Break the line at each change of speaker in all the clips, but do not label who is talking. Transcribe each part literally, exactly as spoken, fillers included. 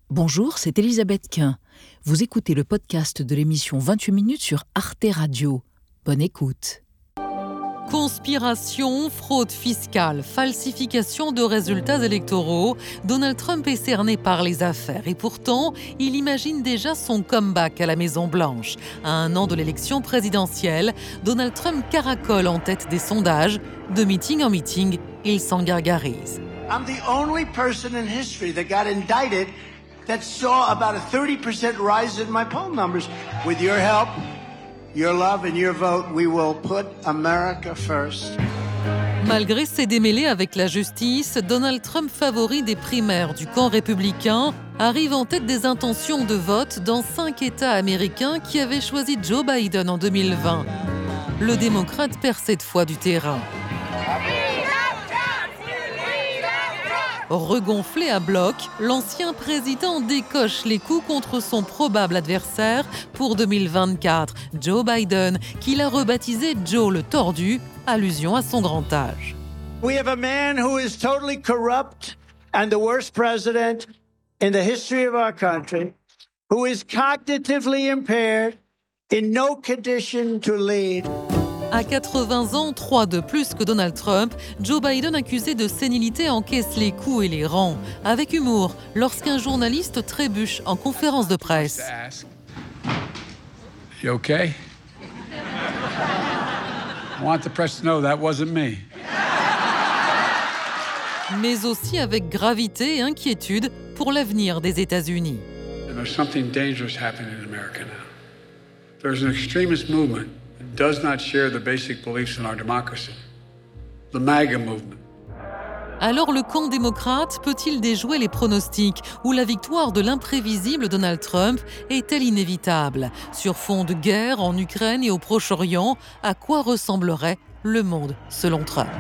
Bonjour, c'est Elisabeth Quint. Vous écoutez le podcast de l'émission vingt-huit minutes sur Arte Radio. Bonne écoute.
Conspiration, fraude fiscale, falsification de résultats électoraux, Donald Trump est cerné par les affaires et pourtant, il imagine déjà son comeback à la Maison-Blanche. À un an de l'élection présidentielle, Donald Trump caracole en tête des sondages. De meeting en meeting, il s'en gargarise.
I'm the only person in history that got indicted that saw about a thirty percent rise in my poll numbers. With your help, your love and your vote, we will put America first.
Malgré ses démêlés avec la justice, Donald Trump, favori des primaires du camp républicain, arrive en tête des intentions de vote dans cinq États américains qui avaient choisi Joe Biden en deux mille vingt. Le démocrate perd cette fois du terrain. Regonflé à bloc, l'ancien président décoche les coups contre son probable adversaire pour deux mille vingt-quatre, Joe Biden, qu'il a rebaptisé Joe le Tordu, allusion à son grand âge.
We have a man who is totally corrupt and the worst president in the history of our country, who is cognitively impaired, in no condition to lead.
À quatre-vingts ans, trois de plus que Donald Trump, Joe Biden, accusé de sénilité, encaisse les coups et les rangs. Avec humour, lorsqu'un journaliste trébuche en conférence de presse.
You okay? I want the press to know that wasn't me.
Mais aussi avec gravité et inquiétude pour l'avenir des États-Unis.
There's something dangerous happening in America now. There's an extremist movement that does not share the basic beliefs in our democracy. The MAGA movement.
Alors le camp démocrate peut-il déjouer les pronostics ou la victoire de l'imprévisible Donald Trump est-elle inévitable? Sur fond de guerre en Ukraine et au Proche-Orient, à quoi ressemblerait le monde selon Trump?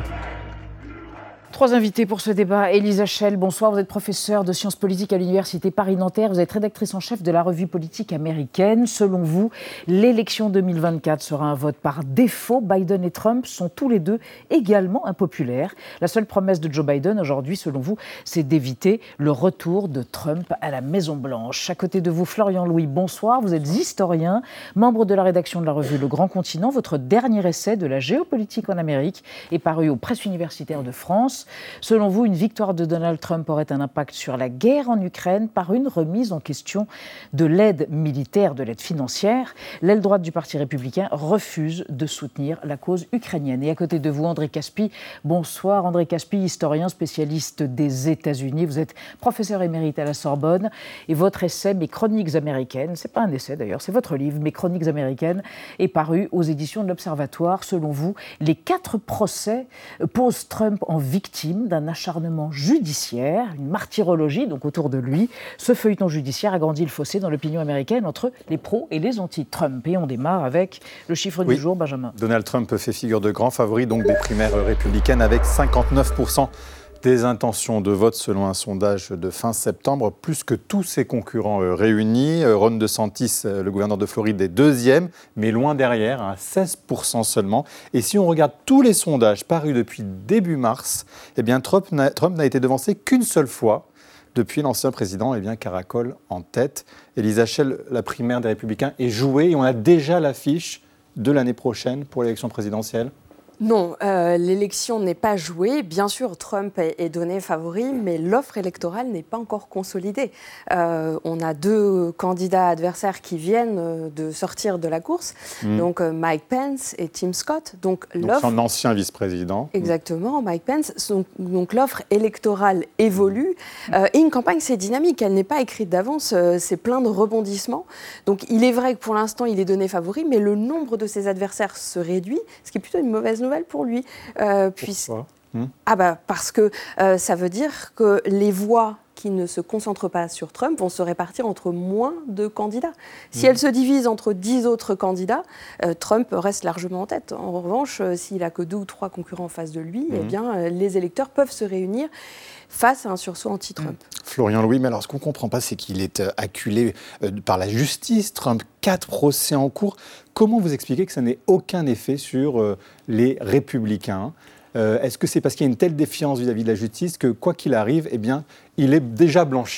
Trois invités pour ce débat. Élise Hachel, bonsoir. Vous êtes professeure de sciences politiques à l'Université Paris-Nanterre. Vous êtes rédactrice en chef de la revue politique américaine. Selon vous, l'élection deux mille vingt-quatre sera un vote par défaut. Biden et Trump sont tous les deux également impopulaires. La seule promesse de Joe Biden aujourd'hui, selon vous, c'est d'éviter le retour de Trump à la Maison-Blanche. À côté de vous, Florian Louis, bonsoir. Vous êtes historien, membre de la rédaction de la revue Le Grand Continent. Votre dernier essai de la géopolitique en Amérique est paru aux Presses universitaires de France. Selon vous, une victoire de Donald Trump aurait un impact sur la guerre en Ukraine par une remise en question de l'aide militaire, de l'aide financière. L'aile droite du Parti républicain refuse de soutenir la cause ukrainienne. Et à côté de vous, André Caspi. Bonsoir André Caspi, historien spécialiste des États-Unis. Vous êtes professeur émérite à la Sorbonne et votre essai « Mes chroniques américaines », c'est pas un essai d'ailleurs, c'est votre livre « Mes chroniques américaines » est paru aux éditions de l'Observatoire. Selon vous, les quatre procès posent Trump en victime d'un acharnement judiciaire, une martyrologie donc autour de lui. Ce feuilleton judiciaire agrandit le fossé dans l'opinion américaine entre les pros et les anti-Trump. Et on démarre avec le chiffre
oui.
du jour, Benjamin.
Donald Trump fait figure de grand favori donc des primaires républicaines avec cinquante-neuf pour cent des intentions de vote selon un sondage de fin septembre, plus que tous ses concurrents euh, réunis. Ron DeSantis, euh, le gouverneur de Floride, est deuxième, mais loin derrière, à seize pour cent seulement. Et si on regarde tous les sondages parus depuis début mars, eh bien Trump n'a, Trump n'a été devancé qu'une seule fois depuis l'ancien président, eh bien caracole en tête. Élise Hachel, la primaire des Républicains est jouée et on a déjà l'affiche de l'année prochaine pour l'élection présidentielle.
Non, euh, l'élection n'est pas jouée. Bien sûr, Trump est, est donné favori, mais l'offre électorale n'est pas encore consolidée. Euh, on a deux candidats adversaires qui viennent de sortir de la course, mmh. donc euh, Mike Pence et Tim Scott. Donc,
donc
l'offre...
son ancien vice-président.
Exactement, Mike Pence. Son, donc l'offre électorale évolue. Euh, et une campagne, c'est dynamique. Elle n'est pas écrite d'avance. Euh, c'est plein de rebondissements. Donc il est vrai que pour l'instant, il est donné favori, mais le nombre de ses adversaires se réduit, ce qui est plutôt une mauvaise nouvelle pour lui. Euh,
Pourquoi
puis... ah bah parce que euh, ça veut dire que les voix qui ne se concentrent pas sur Trump vont se répartir entre moins de candidats. Si mmh. elles se divisent entre dix autres candidats, euh, Trump reste largement en tête. En revanche, euh, s'il n'a que deux ou trois concurrents en face de lui, mmh. eh bien, euh, les électeurs peuvent se réunir face à un sursaut anti-Trump.
Mmh. Florian Louis, mais alors ce qu'on ne comprend pas, c'est qu'il est euh, acculé euh, par la justice. Trump, quatre procès en cours. Comment vous expliquez que ça n'ait aucun effet sur euh, les républicains ? Euh, est-ce que c'est parce qu'il y a une telle défiance vis-à-vis de la justice que, quoi qu'il arrive, eh bien, il est déjà blanchi pour eux ?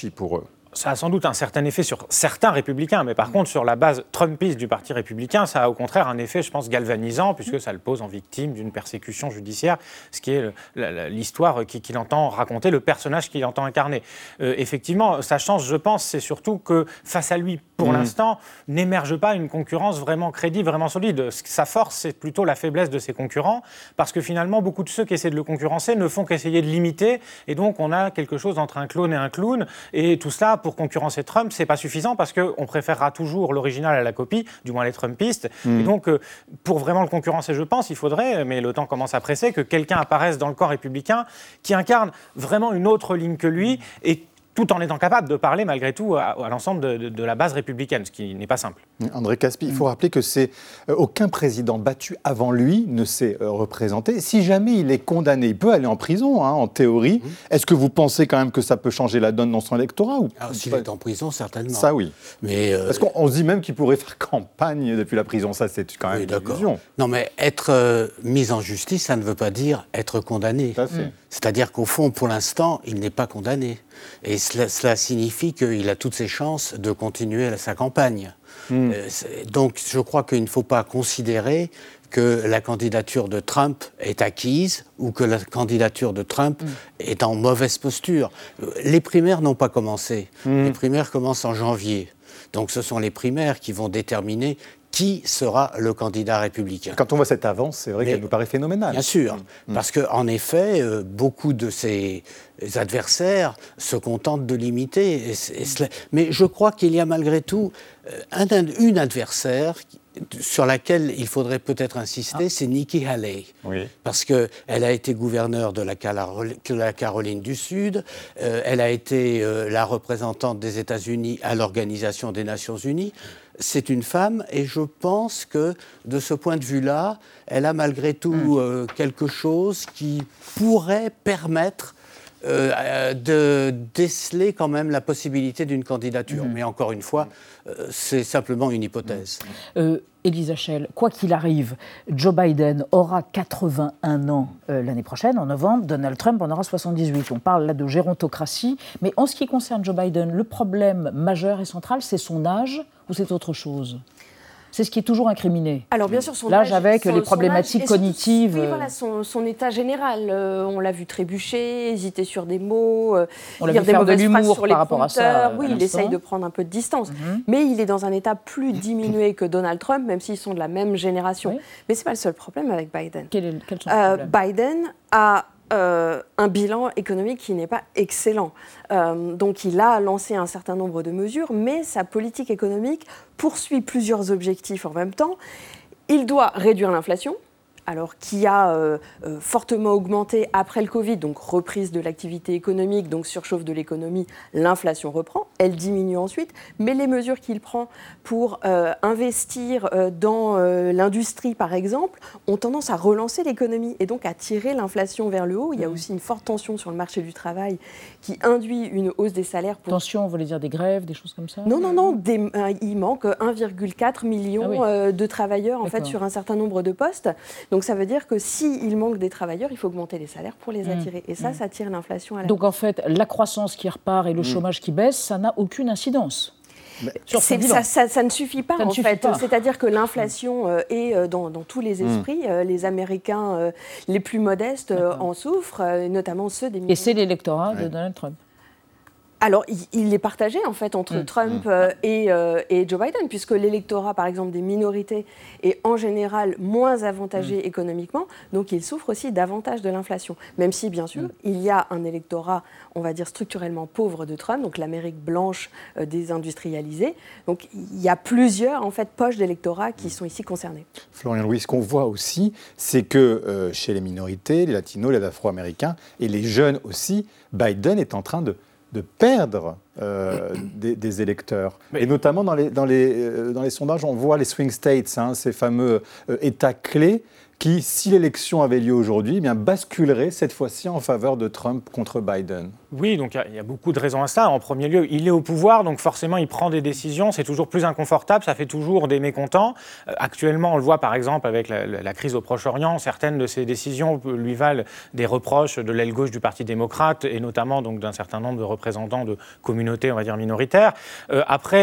Ça a sans doute un certain effet sur certains républicains, mais par mmh. contre, sur la base trumpiste du Parti républicain, ça a au contraire un effet, je pense, galvanisant, puisque ça le pose en victime d'une persécution judiciaire, ce qui est le, l'histoire qu'il entend raconter, le personnage qu'il entend incarner. Euh, effectivement, sa chance, je pense, c'est surtout que face à lui, pour mmh. l'instant, n'émerge pas une concurrence vraiment crédible, vraiment solide. Sa force, c'est plutôt la faiblesse de ses concurrents, parce que finalement, beaucoup de ceux qui essaient de le concurrencer ne font qu'essayer de l'imiter, et donc on a quelque chose entre un clone et un clown, et tout cela, pour concurrencer Trump, c'est pas suffisant parce qu'on préférera toujours l'original à la copie, du moins les Trumpistes. Mmh. Et donc, euh, pour vraiment le concurrencer, je pense, il faudrait, mais le temps commence à presser, que quelqu'un apparaisse dans le camp républicain qui incarne vraiment une autre ligne que lui et tout en étant capable de parler malgré tout à, à l'ensemble de, de, de la base républicaine, ce qui n'est pas simple.
André Caspi, il faut rappeler que c'est, euh, aucun président battu avant lui ne s'est euh, représenté. Si jamais il est condamné, il peut aller en prison, hein, en théorie. Mmh. Est-ce que vous pensez quand même que ça peut changer la donne dans son électorat ou
Alors, s'il est en prison, certainement.
Ça, oui.
Mais euh...
Parce qu'on se dit même qu'il pourrait faire campagne depuis la prison. Ça, c'est quand même oui, une illusion.
Non, mais être euh, mis en justice, ça ne veut pas dire être condamné.
Tout à fait. Mmh.
C'est-à-dire qu'au fond, pour l'instant, il n'est pas condamné. Et cela, cela signifie qu'il a toutes ses chances de continuer sa campagne. Mmh. Euh, donc, je crois qu'il ne faut pas considérer que la candidature de Trump est acquise ou que la candidature de Trump mmh. est en mauvaise posture. Les primaires n'ont pas commencé. Mmh. Les primaires commencent en janvier. Donc, ce sont les primaires qui vont déterminer qui sera le candidat républicain.
Quand on voit cette avance, c'est vrai Mais, qu'elle nous paraît phénoménale.
Bien sûr, mmh. parce qu'en effet, euh, beaucoup de ses adversaires se contentent de l'imiter. Et, et cela... Mais je crois qu'il y a malgré tout un, une adversaire sur laquelle il faudrait peut-être insister, ah. c'est Nikki Haley.
Oui.
Parce qu'elle a été gouverneure de la, Caroline, de la Caroline du Sud, euh, elle a été euh, la représentante des États-Unis à l'Organisation des Nations Unies. C'est une femme et je pense que de ce point de vue-là, elle a malgré tout mmh. euh, quelque chose qui pourrait permettre Euh, de déceler quand même la possibilité d'une candidature. Mmh. Mais encore une fois, euh, c'est simplement une hypothèse.
Euh, Élise Hachel, quoi qu'il arrive, Joe Biden aura quatre-vingt-un ans euh, l'année prochaine, en novembre. Donald Trump en aura soixante-dix-huit. On parle là de gérontocratie. Mais en ce qui concerne Joe Biden, le problème majeur et central, c'est son âge ou c'est autre chose ? C'est ce qui est toujours incriminé.
Alors bien sûr, son
l'âge
âge,
avec
son,
les problématiques
son
cognitives.
Oui, voilà, son, son état général. Euh, on l'a vu trébucher, hésiter sur des mots, euh,
on l'a vu faire de l'humour sur les par rapport à ça.
Oui, il essaye de prendre un peu de distance. Mm-hmm. Mais il est dans un état plus diminué que Donald Trump, même s'ils sont de la même génération. Oui. Mais c'est pas le seul problème avec Biden.
Quel est, quels sont
euh,
les problèmes ?
Biden a Euh, un bilan économique qui n'est pas excellent. Euh, donc il a lancé un certain nombre de mesures, mais sa politique économique poursuit plusieurs objectifs en même temps. Il doit réduire l'inflation, alors qui a euh, euh, fortement augmenté après le Covid, donc reprise de l'activité économique, donc surchauffe de l'économie, l'inflation reprend, elle diminue ensuite, mais les mesures qu'il prend pour euh, investir euh, dans euh, l'industrie, par exemple, ont tendance à relancer l'économie et donc à tirer l'inflation vers le haut. Il y a mmh. aussi une forte tension sur le marché du travail qui induit une hausse des salaires. Pour...
Tension, on voulait dire des grèves, des choses comme ça ?
Non, non, non, des, euh, il manque un virgule quatre million ah oui. euh, de travailleurs en fait, sur un certain nombre de postes. Donc ça veut dire que s'il manque des travailleurs, il faut augmenter les salaires pour les attirer. Et ça, mmh. ça tire l'inflation à la
Donc en fait, la croissance qui repart et le mmh. chômage qui baisse, ça n'a aucune incidence.
C'est, ça, ça, ça ne suffit pas, ça en fait. Pas. C'est-à-dire que l'inflation euh, est euh, dans, dans tous les esprits. Mmh. Euh, les Américains euh, les plus modestes euh, en souffrent, euh, notamment ceux des...
Et c'est l'électorat ouais. de Donald Trump.
Alors, il, il est partagé, en fait, entre mmh. Trump euh, et, euh, et Joe Biden, puisque l'électorat, par exemple, des minorités est en général moins avantagé mmh. économiquement, donc il souffre aussi davantage de l'inflation. Même si, bien sûr, mmh. il y a un électorat, on va dire, structurellement pauvre de Trump, donc l'Amérique blanche euh, désindustrialisée. Donc, il y a plusieurs, en fait, poches d'électorat qui mmh. sont ici concernées.
Florian Louis, ce qu'on voit aussi, c'est que euh, chez les minorités, les latinos, les afro-américains et les jeunes aussi, Biden est en train de de perdre euh, des, des électeurs. Mais... Et notamment dans les, dans, les, euh, dans les sondages, on voit les swing states, hein, ces fameux euh, États clés qui, si l'élection avait lieu aujourd'hui, eh bien, basculeraient cette fois-ci en faveur de Trump contre Biden.
Oui, donc il y, y a beaucoup de raisons à ça. En premier lieu, il est au pouvoir, donc forcément il prend des décisions, c'est toujours plus inconfortable, ça fait toujours des mécontents. Euh, actuellement, on le voit par exemple avec la, la, la crise au Proche-Orient, certaines de ces décisions lui valent des reproches de l'aile gauche du Parti démocrate et notamment donc, d'un certain nombre de représentants de communautés communautés, on va dire, minoritaires. Euh, après,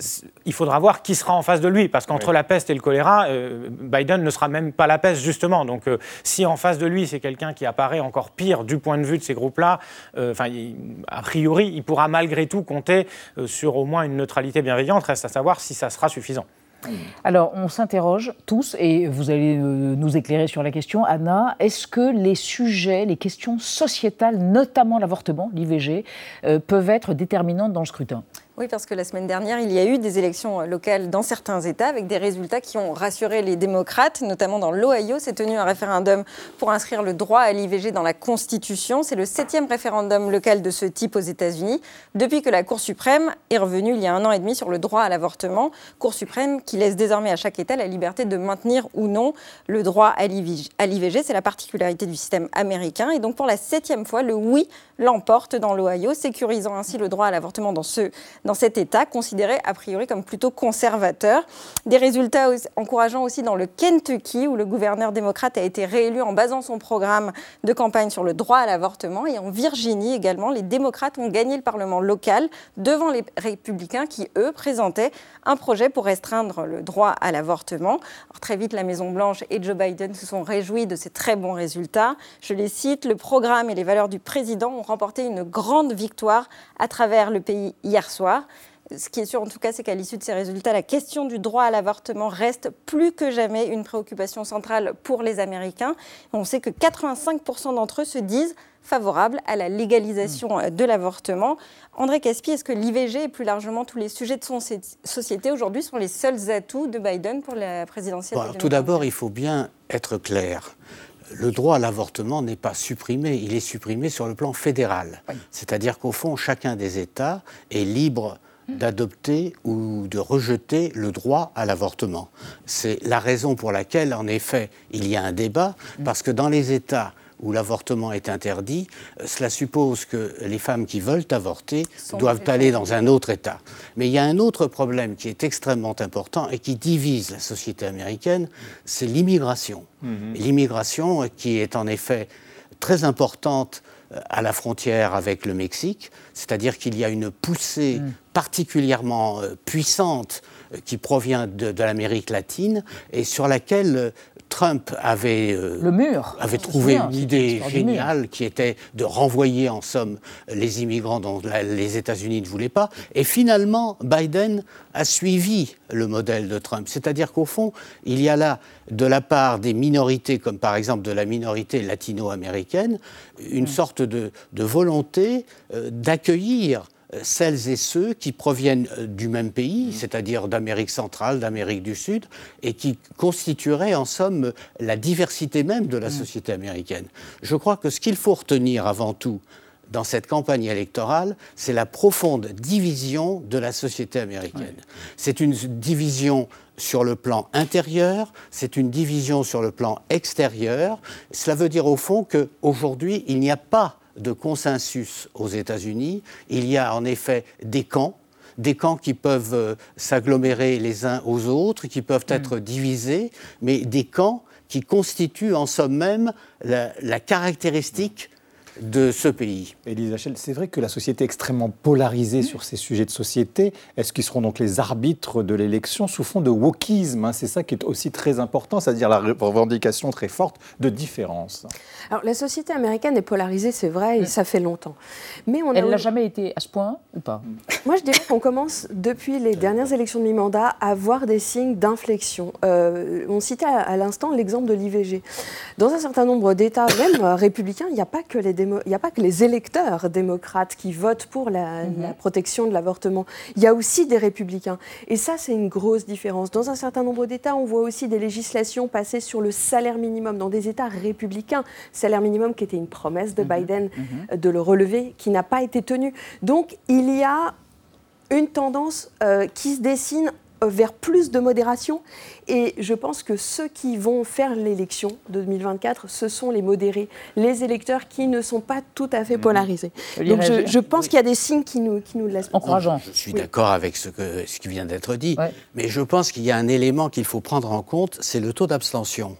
il faudra voir qui sera en face de lui, parce qu'entre oui. la peste et le choléra, euh, Biden ne sera même pas la peste, justement. Donc, euh, si en face de lui, c'est quelqu'un qui apparaît encore pire du point de vue de ces groupes-là, euh, a priori, il pourra malgré tout compter euh, sur au moins une neutralité bienveillante. Reste à savoir si ça sera suffisant.
Alors, on s'interroge tous, et vous allez euh, nous éclairer sur la question. Anna, est-ce que les sujets, les questions sociétales, notamment l'avortement, l'I V G, euh, peuvent être déterminantes dans le scrutin ?
Oui, parce que la semaine dernière, il y a eu des élections locales dans certains États avec des résultats qui ont rassuré les démocrates, notamment dans l'Ohio. S'est tenu un référendum pour inscrire le droit à l'I V G dans la Constitution. C'est le septième référendum local de ce type aux États-Unis, depuis que la Cour suprême est revenue il y a un an et demi sur le droit à l'avortement. Cour suprême qui laisse désormais à chaque État la liberté de maintenir ou non le droit à l'I V G. C'est la particularité du système américain. Et donc pour la septième fois, le oui l'emporte dans l'Ohio, sécurisant ainsi le droit à l'avortement dans ce dans cet État, considéré a priori comme plutôt conservateur. Des résultats encourageants aussi dans le Kentucky, où le gouverneur démocrate a été réélu en basant son programme de campagne sur le droit à l'avortement. Et en Virginie également, les démocrates ont gagné le Parlement local devant les républicains qui, eux, présentaient un projet pour restreindre le droit à l'avortement. Alors, très vite, la Maison-Blanche et Joe Biden se sont réjouis de ces très bons résultats. Je les cite, le programme et les valeurs du président ont remporté une grande victoire à travers le pays hier soir. Ce qui est sûr, en tout cas, c'est qu'à l'issue de ces résultats, la question du droit à l'avortement reste plus que jamais une préoccupation centrale pour les Américains. On sait que quatre-vingt-cinq pour cent d'entre eux se disent favorables à la légalisation mmh. de l'avortement. André Caspi, est-ce que l'I V G et plus largement tous les sujets de son société aujourd'hui sont les seuls atouts de Biden pour la présidentielle
bon, alors, tout d'abord, il faut bien être clair. Le droit à l'avortement n'est pas supprimé, il est supprimé sur le plan fédéral. Oui. C'est-à-dire qu'au fond, chacun des États est libre d'adopter ou de rejeter le droit à l'avortement. C'est la raison pour laquelle, en effet, il y a un débat, parce que dans les États où l'avortement est interdit, cela suppose que les femmes qui veulent avorter doivent aller dans un autre État. Mais il y a un autre problème qui est extrêmement important et qui divise la société américaine, c'est l'immigration. Mmh. L'immigration qui est en effet très importante à la frontière avec le Mexique, c'est-à-dire qu'il y a une poussée mmh. particulièrement puissante qui provient de, de l'Amérique latine et sur laquelle Trump avait, euh,
le mur.
avait trouvé une idée géniale qui était de renvoyer en somme les immigrants dont la, les États-Unis ne voulaient pas. Et finalement, Biden a suivi le modèle de Trump. C'est-à-dire qu'au fond, il y a là, de la part des minorités, comme par exemple de la minorité latino-américaine, une mmh. sorte de, de volonté euh, d'accueillir celles et ceux qui proviennent du même pays, mmh. c'est-à-dire d'Amérique centrale, d'Amérique du Sud, et qui constitueraient en somme la diversité même de la mmh. société américaine. Je crois que ce qu'il faut retenir avant tout dans cette campagne électorale, c'est la profonde division de la société américaine. Mmh. C'est une division sur le plan intérieur, c'est une division sur le plan extérieur. Cela veut dire au fond qu'aujourd'hui, il n'y a pas de consensus aux États-Unis. Il y a en effet des camps, des camps qui peuvent euh, s'agglomérer les uns aux autres, qui peuvent être mmh. divisés, mais des camps qui constituent en somme même la, la caractéristique de ce pays.
Élise Hachel, c'est vrai que la société est extrêmement polarisée mmh. sur ces sujets de société. Est-ce qu'ils seront donc les arbitres de l'élection sous fond de wokisme, hein? C'est ça qui est aussi très important, c'est-à-dire la revendication très forte de différence.
Alors la société américaine est polarisée, c'est vrai, et mmh. ça fait longtemps. Mais on
Elle
a...
n'a jamais été à ce point ou pas?
Moi, je dirais qu'on commence, depuis les dernières élections de mi-mandat, à voir des signes d'inflexion. Euh, on citait à, à l'instant l'exemple de l'I V G. Dans un certain nombre d'États, même euh, républicains, il n'y a pas que les il n'y a pas que les électeurs démocrates qui votent pour la, mmh. la protection de l'avortement. Il y a aussi des républicains. Et ça, c'est une grosse différence. Dans un certain nombre d'États, on voit aussi des législations passer sur le salaire minimum. Dans des États républicains, salaire minimum qui était une promesse de mmh. Biden mmh. de le relever, qui n'a pas été tenue. Donc, il y a une tendance euh, qui se dessine vers plus de modération. Et je pense que ceux qui vont faire l'élection de deux mille vingt-quatre, ce sont les modérés, les électeurs qui ne sont pas tout à fait polarisés. Mmh. Donc je, je pense oui. qu'il y a des signes qui nous, qui nous laissent
encourageants.
Je suis
oui.
d'accord avec ce, que, ce qui vient d'être dit,
ouais.
mais je pense qu'il y a un élément qu'il faut prendre en compte, c'est le taux d'abstention.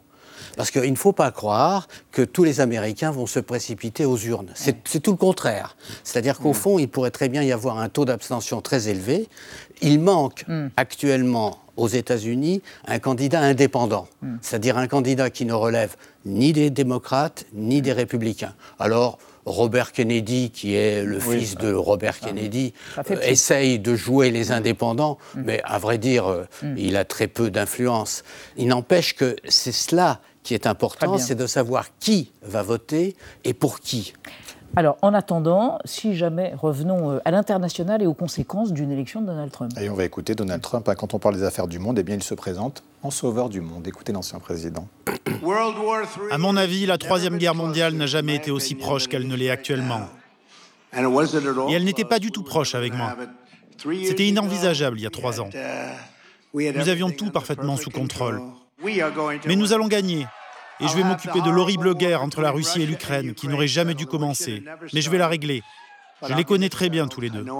Parce qu'il ne faut pas croire que tous les Américains vont se précipiter aux urnes. C'est, c'est tout le contraire. C'est-à-dire qu'au fond, il pourrait très bien y avoir un taux d'abstention très élevé. Il manque mm. actuellement aux États-Unis un candidat indépendant, mm. c'est-à-dire un candidat qui ne relève ni des démocrates ni des républicains. Alors, Robert Kennedy, qui est le oui, fils de Robert ça, Kennedy, euh, essaye de jouer les indépendants, mm. mais à vrai dire, euh, mm. il a très peu d'influence. Il n'empêche que c'est cela qui est important, c'est de savoir qui va voter et pour qui.
Alors, en attendant, si jamais, revenons à l'international et aux conséquences d'une élection de Donald Trump.
Et on va écouter Donald Trump. Hein, quand on parle des affaires du monde, eh bien, il se présente en sauveur du monde. Écoutez l'ancien président.
À mon avis, la Troisième Guerre mondiale n'a jamais été aussi proche qu'elle ne l'est actuellement. Et elle n'était pas du tout proche avec moi. C'était inenvisageable il y a trois ans. Nous avions tout parfaitement sous contrôle. Mais nous allons gagner. Et je vais m'occuper de l'horrible guerre entre la Russie et l'Ukraine, qui n'aurait jamais dû commencer. Mais je vais la régler. Je les connais très bien tous les deux.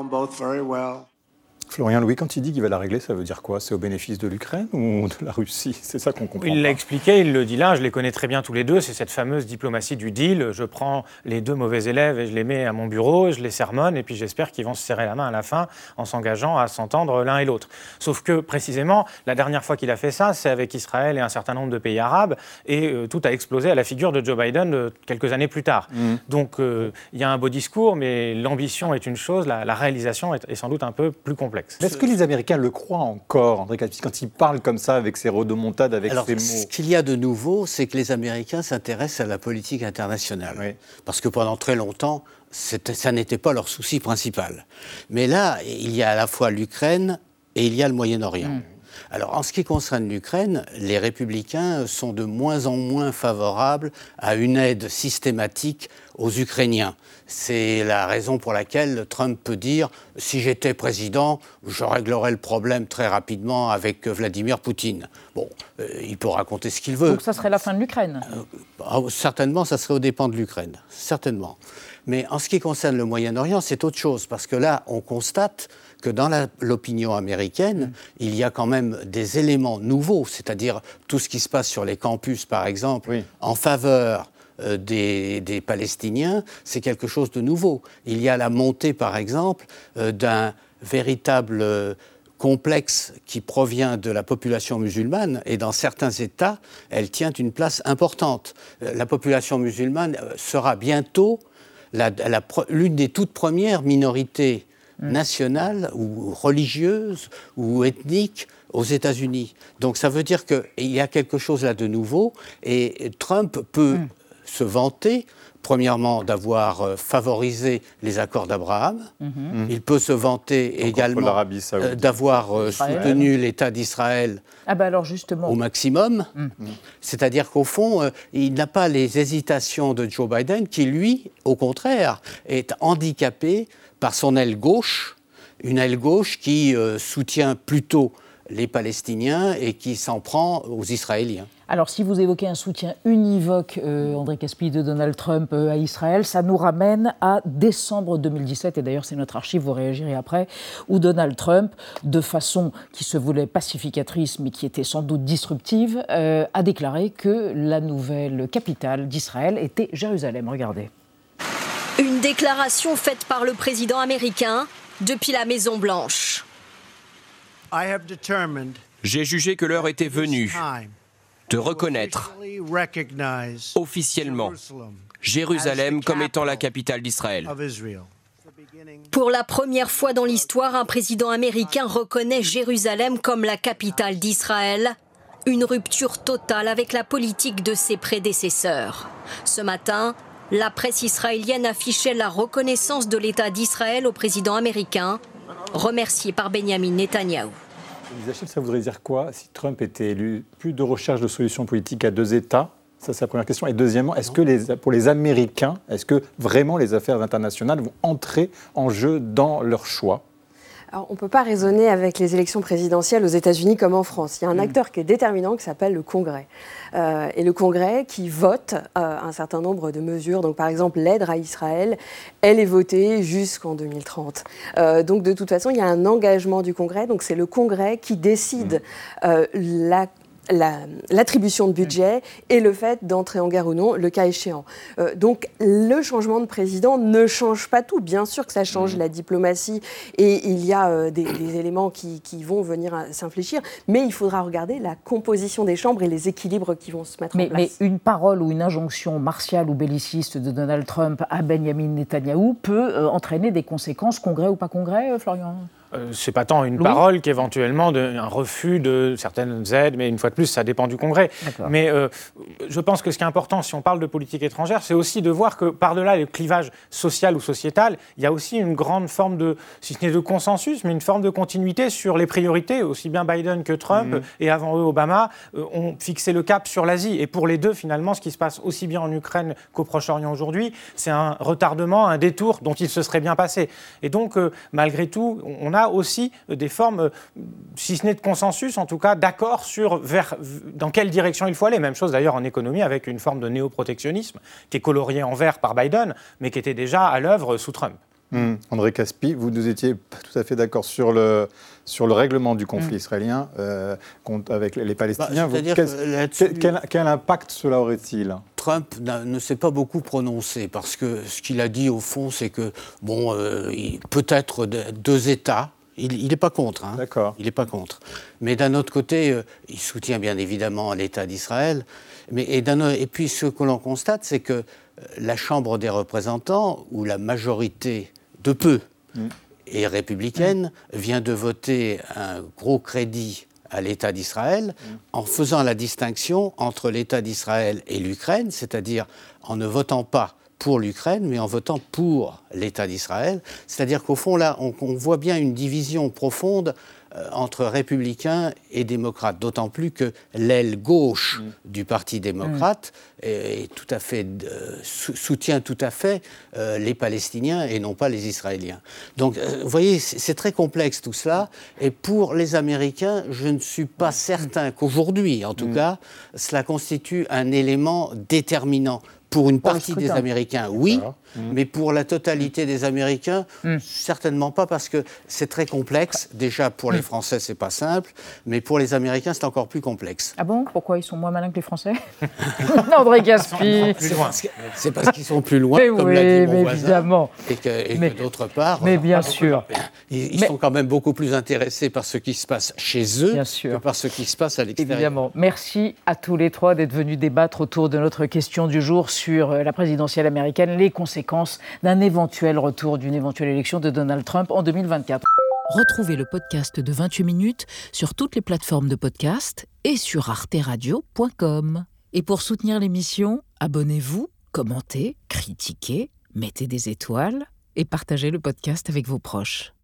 Florian Louis, quand il dit qu'il va la régler, ça veut dire quoi? C'est au bénéfice de l'Ukraine ou de la Russie? C'est ça qu'on comprend.
Il l'a expliqué, il le dit là, je les connais très bien tous les deux. C'est cette fameuse diplomatie du deal. Je prends les deux mauvais élèves et je les mets à mon bureau, je les sermonne et puis j'espère qu'ils vont se serrer la main à la fin en s'engageant à s'entendre l'un et l'autre. Sauf que, précisément, la dernière fois qu'il a fait ça, c'est avec Israël et un certain nombre de pays arabes et euh, tout a explosé à la figure de Joe Biden euh, quelques années plus tard. Mmh. Donc, euh, il y a un beau discours, mais l'ambition est une chose, la, la réalisation est, est sans doute un peu plus complexe.
Mais est-ce que les Américains le croient encore, André Calvi, quand ils parlent comme ça, avec ces rodomontades, avec
Alors,
ces mots?
Ce qu'il y a de nouveau, c'est que les Américains s'intéressent à la politique internationale. Oui. Parce que pendant très longtemps, ça n'était pas leur souci principal. Mais là, il y a à la fois l'Ukraine et il y a le Moyen-Orient. Mmh. Alors, en ce qui concerne l'Ukraine, les républicains sont de moins en moins favorables à une aide systématique aux Ukrainiens. C'est la raison pour laquelle Trump peut dire « si j'étais président, je réglerais le problème très rapidement avec Vladimir Poutine ». Bon, euh, il peut raconter ce qu'il veut.
Donc ça serait la fin de l'Ukraine
euh, Certainement, ça serait aux dépens de l'Ukraine. Certainement. Mais en ce qui concerne le Moyen-Orient, c'est autre chose. Parce que là, on constate que dans la, l'opinion américaine, mmh. il y a quand même des éléments nouveaux. C'est-à-dire tout ce qui se passe sur les campus, par exemple, oui. en faveur euh, des, des Palestiniens, c'est quelque chose de nouveau. Il y a la montée, par exemple, euh, d'un véritable... Euh, complexe qui provient de la population musulmane, et dans certains États, elle tient une place importante. La population musulmane sera bientôt la, la, l'une des toutes premières minorités nationales ou religieuses ou ethniques aux États-Unis. Donc ça veut dire qu'il y a quelque chose là de nouveau, et Trump peut mmh. se vanter premièrement, d'avoir euh, favorisé les accords d'Abraham. Mm-hmm. Il peut se vanter donc également euh, d'avoir euh, soutenu l'État d'Israël
ah ben alors justement.
au maximum. Mm-hmm. C'est-à-dire qu'au fond, euh, il n'a pas les hésitations de Joe Biden, qui, lui, au contraire, est handicapé par son aile gauche, une aile gauche qui euh, soutient plutôt les Palestiniens et qui s'en prend aux Israéliens.
Alors, si vous évoquez un soutien univoque, euh, André Caspi, de Donald Trump euh, à Israël, ça nous ramène à décembre deux mille dix-sept, et d'ailleurs c'est notre archive, vous réagirez après, où Donald Trump, de façon qui se voulait pacificatrice, mais qui était sans doute disruptive, euh, a déclaré que la nouvelle capitale d'Israël était Jérusalem. Regardez.
Une déclaration faite par le président américain depuis la Maison-Blanche.
J'ai jugé que l'heure était venue de reconnaître officiellement Jérusalem comme étant la capitale d'Israël.
Pour la première fois dans l'histoire, un président américain reconnaît Jérusalem comme la capitale d'Israël. Une rupture totale avec la politique de ses prédécesseurs. Ce matin, la presse israélienne affichait la reconnaissance de l'État d'Israël au président américain, remercié par Benjamin Netanyahou.
Elisa, ça voudrait dire quoi si Trump était élu? Plus de recherche de solutions politiques à deux États? Ça, c'est la première question. Et deuxièmement, est-ce que les, pour les Américains, est-ce que vraiment les affaires internationales vont entrer en jeu dans leur choix?
Alors, on ne peut pas raisonner avec les élections présidentielles aux États-Unis comme en France. Il y a un acteur qui est déterminant qui s'appelle le Congrès. Euh, et le Congrès qui vote euh, un certain nombre de mesures. Donc, par exemple, l'aide à Israël, elle est votée jusqu'en deux mille trente. Euh, donc, de toute façon, il y a un engagement du Congrès. Donc, c'est le Congrès qui décide euh, la la, l'attribution de budget et le fait d'entrer en guerre ou non, le cas échéant. Euh, donc le changement de président ne change pas tout. Bien sûr que ça change mmh. la diplomatie et il y a euh, des, des éléments qui, qui vont venir s'infléchir, mais il faudra regarder la composition des chambres et les équilibres qui vont se mettre
mais,
en place.
Mais une parole ou une injonction martiale ou belliciste de Donald Trump à Benjamin Netanyahou peut euh, entraîner des conséquences, congrès ou pas congrès, euh, Florian ?
Euh, c'est pas tant une
Louis
parole qu'éventuellement de, un refus de certaines aides, mais une fois de plus, ça dépend du Congrès.
D'accord.
Mais euh, je pense que ce qui est important, si on parle de politique étrangère, c'est aussi de voir que par-delà le clivage social ou sociétal, il y a aussi une grande forme de, si ce n'est de consensus, mais une forme de continuité sur les priorités. Aussi bien Biden que Trump, mmh. et avant eux Obama, euh, ont fixé le cap sur l'Asie. Et pour les deux, finalement, ce qui se passe aussi bien en Ukraine qu'au Proche-Orient aujourd'hui, c'est un retardement, un détour dont il se serait bien passé. Et donc, euh, malgré tout, on a aussi des formes, si ce n'est de consensus, en tout cas d'accord sur vers, dans quelle direction il faut aller. Même chose d'ailleurs en économie avec une forme de néoprotectionnisme qui est coloriée en vert par Biden, mais qui était déjà à l'œuvre sous Trump.
Mmh. André Caspi, vous nous étiez pas tout à fait d'accord sur le, sur le règlement du conflit mmh. israélien euh, avec les Palestiniens.
Bah,
vous, quel, quel, quel impact cela aurait-il ?
Trump ne s'est pas beaucoup prononcé parce que ce qu'il a dit au fond, c'est que bon, euh, peut-être deux États. Il n'est pas contre. Hein.
D'accord.
Il n'est pas contre. Mais d'un autre côté, euh, il soutient bien évidemment l'État d'Israël. Mais, et, d'un, et puis ce que l'on constate, c'est que la Chambre des représentants, où la majorité de peu mmh. est républicaine, mmh. vient de voter un gros crédit à l'État d'Israël, mmh. en faisant la distinction entre l'État d'Israël et l'Ukraine, c'est-à-dire en ne votant pas pour l'Ukraine, mais en votant pour l'État d'Israël. C'est-à-dire qu'au fond, là, on, on voit bien une division profonde euh, entre républicains et démocrates, d'autant plus que l'aile gauche mmh. du Parti démocrate mmh. est, est tout à fait, euh, sou- soutient tout à fait euh, les Palestiniens et non pas les Israéliens. Donc, euh, vous voyez, c'est, c'est très complexe tout cela. Et pour les Américains, je ne suis pas certain qu'aujourd'hui, en tout mmh. cas, cela constitue un élément déterminant. Pour une partie des Américains, oui, mmh. mais pour la totalité des Américains, mmh. certainement pas, parce que c'est très complexe. Déjà, pour mmh. les Français, c'est pas simple, mais pour les Américains, c'est encore plus complexe.
Ah bon ? Pourquoi ils sont moins malins que les Français ? André Caspi.
C'est, c'est parce qu'ils sont plus loin,
mais
comme
oui,
l'a dit mon
mais
voisin,
évidemment.
et que, et
mais,
que d'autre part,
mais bien sûr.
Ils, ils
mais,
sont quand même beaucoup plus intéressés par ce qui se passe chez eux que par ce qui se passe à l'extérieur.
Évidemment. Merci à tous les trois d'être venus débattre autour de notre question du jour sur la présidentielle américaine, les conséquences d'un éventuel retour, d'une éventuelle élection de Donald Trump en deux mille vingt-quatre.
Retrouvez le podcast de vingt-huit minutes sur toutes les plateformes de podcast et sur arte radio point com. Et pour soutenir l'émission, abonnez-vous, commentez, critiquez, mettez des étoiles et partagez le podcast avec vos proches.